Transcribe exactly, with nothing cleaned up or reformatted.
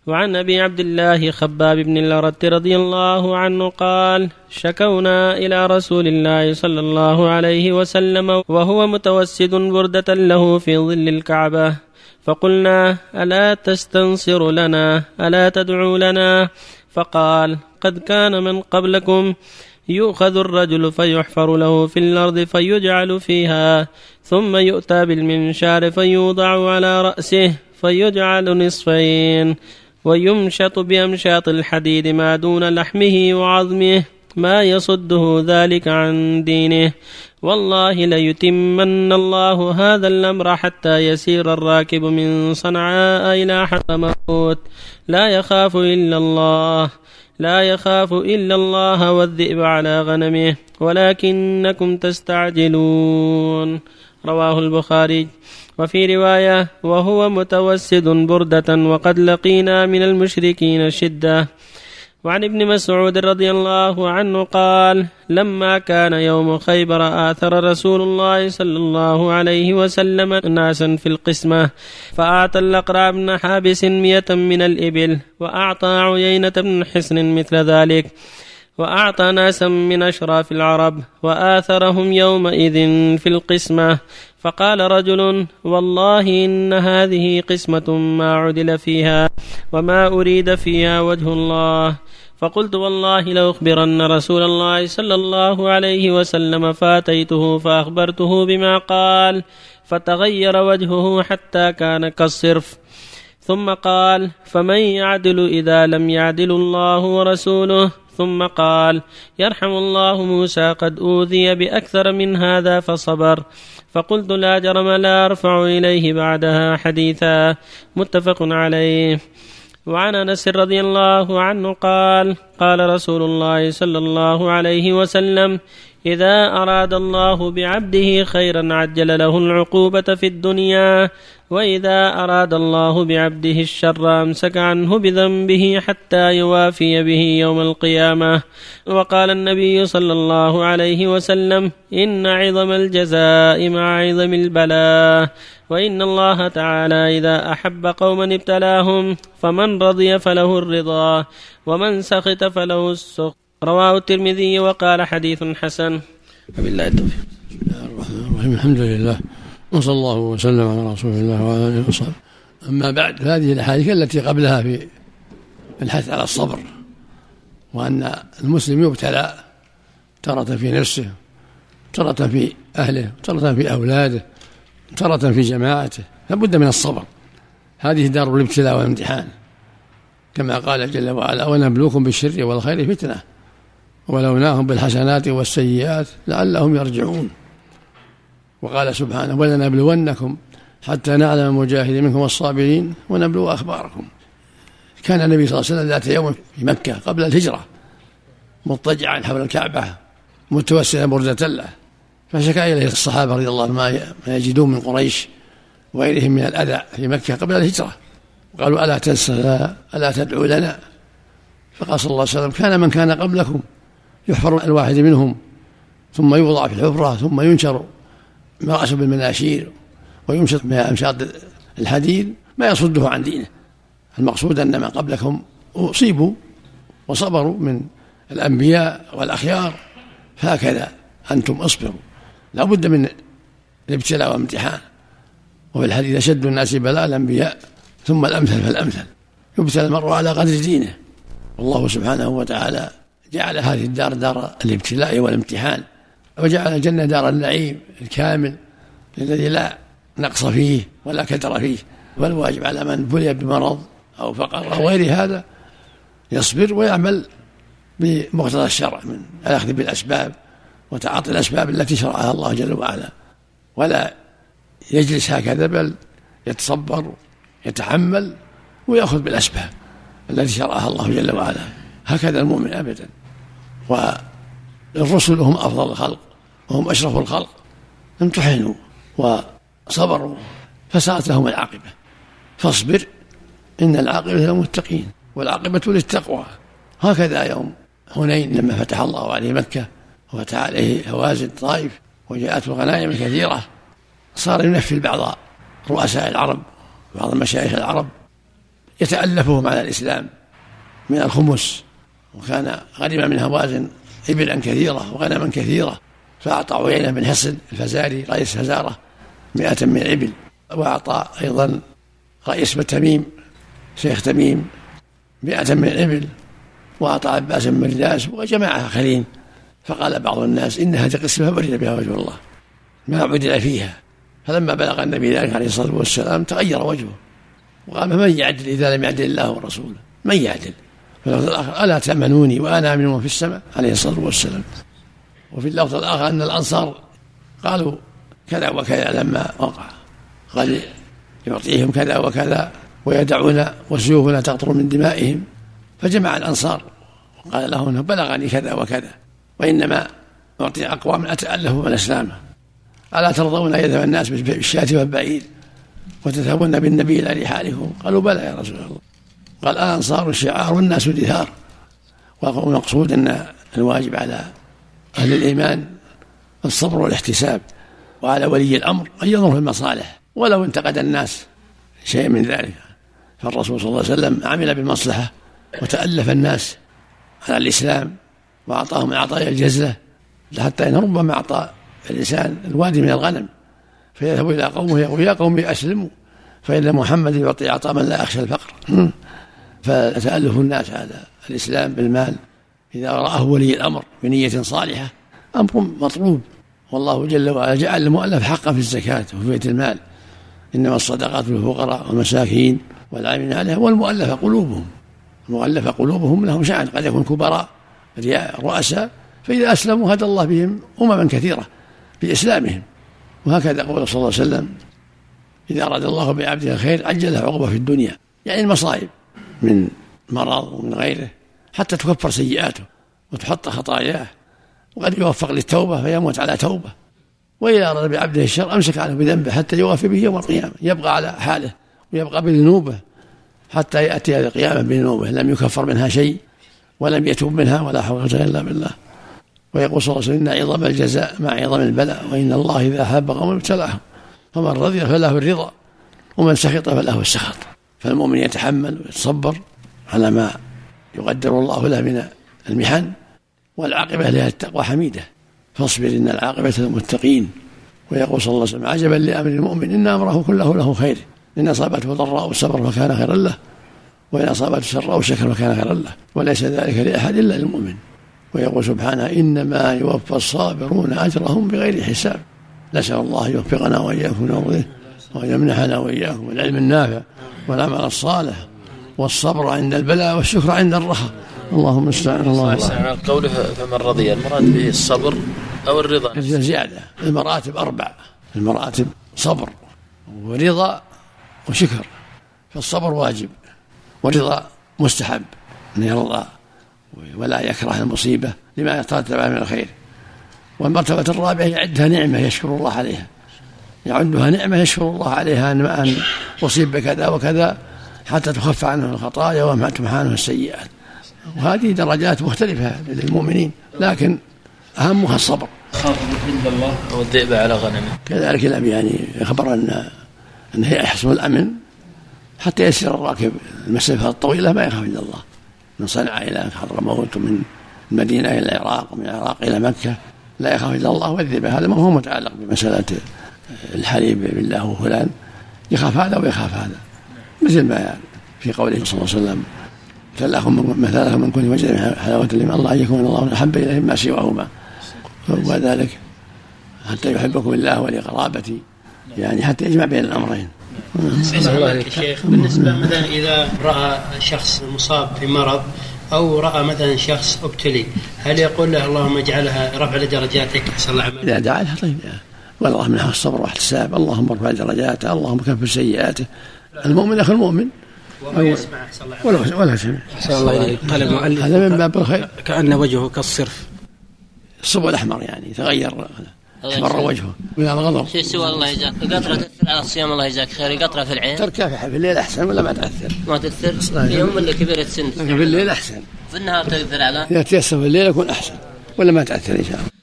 وعن أبي عبد الله خباب بن الأرت رضي الله عنه قال: شكونا إلى رسول الله صلى الله عليه وسلم وهو متوسد بردة له في ظل الكعبة، فقلنا: ألا تستنصر لنا؟ ألا تدعو لنا؟ فقال: قد كان من قبلكم يؤخذ الرجل فيحفر له في الأرض فيجعل فيها، ثم يؤتى بالمنشار فيوضع على رأسه فيجعل نصفين، ويمشط بأمشاط الحديد ما دون لحمه وعظمه، ما يصده ذلك عن دينه. والله ليتمن الله هذا الأمر حتى يسير الراكب من صنعاء إلى حضرموت لا يخاف إلا الله لا يخاف إلا الله والذئب على غنمه، ولكنكم تستعجلون. رواه البخاري. وفي رواية: وهو متوسد بردة وقد لقينا من المشركين شدة. وعن ابن مسعود رضي الله عنه قال: لما كان يوم خيبر آثر رسول الله صلى الله عليه وسلم ناسا في القسمة، فأعطى الأقرع بن حابس مئة من الإبل، وأعطى عيينة بن حصن مثل ذلك، وأعطى ناسا من أشراف العرب، وآثرهم يومئذ في القسمة. فقال رجل: والله إن هذه قسمة ما عدل فيها وما أريد فيها وجه الله. فقلت: والله لأخبرن رسول الله صلى الله عليه وسلم، فأتيته فأخبرته بما قال، فتغير وجهه حتى كان كالصرف. ثم قال: فمن يعدل إذا لم يعدل الله ورسوله؟ ثم قال: يرحم الله موسى، قد أوذي بأكثر من هذا فصبر. فقلت: لا جرم لا أرفع إليه بعدها حديثا. متفق عليه. وعن أنس رضي الله عنه قال: قال رسول الله صلى الله عليه وسلم: إذا أراد الله بعبده خيرا عجل له العقوبة في الدنيا، وإذا أراد الله بعبده الشر أمسك عنه بذنبه حتى يوافي به يوم القيامة. وقال النبي صلى الله عليه وسلم: إن عظم الجزاء مع عظم البلاء، وإن الله تعالى إذا أحب قوما ابتلاهم، فمن رضي فله الرضا، ومن سخط فله السخط. رواه الترمذي وقال: حديث حسن. وبالله التوفيق. بسم الله الرحمن الرحيم. الحمد لله، وصلى الله وسلم على رسول الله وعلى آله وصحبه. أما بعد، هذه الأحاديث التي قبلها في الحث على الصبر، وأن المسلم يبتلى تارة في نفسه، تارة في أهله، تارة في أولاده، تارة في جماعته، لابد من الصبر. هذه دار الابتلاء والامتحان، كما قال جل وعلا: ونبلوكم بالشر والخير فتنة ولوناهم بالحسنات والسيئات لعلهم يرجعون. وقال سبحانه: ولنبلونكم حتى نعلم المجاهدين منكم والصابرين ونبلو أخباركم. كان النبي صلى الله عليه وسلم ذات يوم في مكة قبل الهجرة مضطجعا حول الكعبة متوسلا بردة له، فشكى إليه الصحابة رضي الله عنهم ما يجدون من قريش وغيرهم من الأذى في مكة قبل الهجرة، وقالوا: ألا تنسى ألا تدعو لنا؟ فقال صلى الله عليه وسلم: كان من كان قبلكم يحفر الواحد منهم ثم يوضع في الحفرة ثم ينشر رأسه بالمناشير ويمشط بأمشاط الحديد ما يصده عن دينه. المقصود أن من قبلكم أصيبوا وصبروا من الأنبياء والأخيار، فهكذا أنتم اصبروا. لا بد من الابتلاء والامتحان. وفي الحديث: أشد الناس بلاء الأنبياء ثم الأمثل فالأمثل. يبتلى المرء على قدر دينه، والله سبحانه وتعالى جعل هذه الدار دار الابتلاء والامتحان، وجعل الجنة دار النعيم الكامل الذي لا نقص فيه ولا كدر فيه. والواجب على من بلي بمرض أو فقر أو غير هذا يصبر ويعمل بمقتضى الشرع من الأخذ بالأسباب وتعاطي الأسباب التي شرعها الله جل وعلا، ولا يجلس هكذا، بل يتصبر يتحمل ويأخذ بالأسباب التي شرعها الله جل وعلا. هكذا المؤمن أبدا. والرسل هم أفضل الخلق وهم أشرف الخلق، امتحنوا وصبروا فساءت لهم العاقبة. فاصبر إن العاقبة للمتقين والعاقبة للتقوى. هكذا يوم حنين لما فتح الله عليه مكة وفتح عليه هوازن طائف وجاءته غنائم كثيرة، صار ينفل بعض رؤساء العرب بعض مشايخ العرب يتألفهم على الإسلام من الخمس، وكان غنم من هوازن إبلا كثيرة وغنما كثيرة، فأعطى عيينة بن حصن الفزاري رئيس هزارة مئة من الإبل، وأعطى أيضا رئيس تميم شيخ تميم مئة من الإبل، وأعطى عباس بن مرداس وجماعة آخرين. فقال بعض الناس إن هذه قسمة برد بها وجه الله ما عدل فيها. فلما بلغ النبي ذلك عليه الصلاة والسلام تغير وجهه وقال من يعدل إذا لم يعدل الله ورسوله؟ من يعدل؟ فاللفظ الآخر ألا تأمنوني وأنا أمن في السماء عليه الصلاة والسلام. وفي اللفظ الآخر أن الأنصار قالوا كذا وكذا لما وقع، قال يعطيهم كذا وكذا ويدعونا وسيوفنا تقطر من دمائهم. فجمع الأنصار وقال لهم بلغني كذا وكذا، وإنما أعطي أقوام أتألفوا من الإسلام، ألا ترضون أن يذهب الناس بالشاة والبعير وتذهبون بالنبي إلى رحالكم؟ قالوا بلى يا رسول الله. قال الأنصار الشعار والناس دثار. والمقصود أن الواجب على أهل الإيمان الصبر والاحتساب، وعلى ولي الأمر أن ينظر في المصالح ولو انتقد الناس شيء من ذلك. فالرسول صلى الله عليه وسلم عمل بالمصلحة وتألف الناس على الإسلام وأعطاهم العطايا الجزلة، حتى إن ربما أعطى الإنسان الوادي من الغنم فيذهب إلى قومه يقول يا قوم أسلموا فإن محمد يعطي عطاء من لا يخشى الفقر. فتألف الناس على الإسلام بالمال إذا رآه ولي الأمر بنية صالحة أمر مطلوب. والله جل وعلا جعل المؤلف حقا في الزكاة وفي بيت المال، إنما الصدقات للفقراء والمساكين والعاملين عليها والمؤلف قلوبهم. المؤلف قلوبهم لهم شأن، قد يكون كبراء رؤساء فإذا أسلموا هدى الله بهم أمما كثيرة بإسلامهم. وهكذا قول صلى الله عليه وسلم إذا أراد الله بعبده الخير عجله عقبه في الدنيا، يعني المصائب من مرض ومن غيره حتى تكفر سيئاته وتحط خطاياه، وقد يوفق للتوبة فيموت على توبة. وإذا أراد بعبده الشر أمسك عنه بذنبه حتى يوافي به يوم القيامة، يبقى على حاله ويبقى بذنوبه حتى يأتي القيامة بذنوبه لم يكفر منها شيء ولم يتوب منها ولا حول ولا قوة إلا بالله. ويقول صلى الله عليه وسلم إن عظم الجزاء مع عظم البلاء، وإن الله إذا أحب قوما ابتلاهم، فمن رضي فله الرضا ومن سخط فله السخط. فالمؤمن يتحمل ويتصبر على ما يقدر الله له من المحن، والعاقبة لها التقوى حميدة، فاصبر إن العاقبة للمتقين. ويقول صلى الله عليه وسلم عجبا لأمر المؤمن إن أمره كله له خير، إن أصابته ضراء صبر فكان خيرا له، وإن أصابته سراء شكر فكان خيرا له، وليس ذلك لأحد إلا للمؤمن. ويقول سبحانه إنما يوفى الصابرون أجرهم بغير حساب. نسأل الله يوفقنا وإياكم لنرضيه وأن يمنحنا وإياكم العلم النافع والعمل الصالح والصبر عند البلاء والشكر عند الرخاء. اللهم استعان الله. الله قوله فمن رضي، المراد به الصبر أو الرضا؟ زيادة. المراتب أربع، المراتب صبر ورضا وشكر. فالصبر واجب والرضا مستحب أن يرضى ولا يكره المصيبة لما يترتب من الخير. والمرتبة الرابعة يعدها نعمة يشكر الله عليها، يعدها نعمة يشكر الله عليها أن أصيب بكذا وكذا حتى تخف عنه الخطايا وتمحى عنه السيئات. وهذه درجات مختلفة للمؤمنين، لكن أهمها الصبر. خاف عند الله أو الذئب على غنمه. كذلك النبي يعني خبر أن أنه يحسن الأمن حتى يسير الراكب المسافة الطويلة ما يخاف إلا الله، من صنعاء إلى حضرموت ومن المدينة إلى العراق ومن العراق إلى مكة لا يخاف إلا الله والذئب. هذا ما هو متعلق بمسألة الحليب بالله وفلان، يخاف هذا ويخاف هذا، مثل ما في قوله صلى الله عليه وسلم مثلكم من كل وجه حلاوة لما الله أن يكون الله أحب إليه ما سواهما، وذلك حتى يحبكم الله ولقرابتي، يعني حتى يجمع بين الأمرين. الله شيخ، بالنسبة مثلا إذا رأى شخص مصاب في مرض أو رأى مثلا شخص ابتلي، هل يقول له اللهم اجعلها رفع لدرجاتك أحسن عمل؟ إذا دعا لها طيب، والله منها الصبر واحتساب، اللهم ارفع درجاته، اللهم كفر سيئاته. المؤمن أخو المؤمن وما يسمع أحسن ولا ولا سمع. قال المؤلف هذا من باب الخير، كأن وجهه كالصرف، الصبغ الأحمر يعني تغير احمر وجهه من الغضب. شو سوى الله يجزاك؟ القطرة تأثر على الصيام الله يجزاك خير؟ قطرة في العين تركها في الليل أحسن ولا ما تأثر؟ ما تأثر في يوم ولا كبيرة السن؟ في الليل أحسن، في النهار تأثر على؟ إذا تيسر في الليل يكون أحسن ولا ما تأثر إن شاء الله.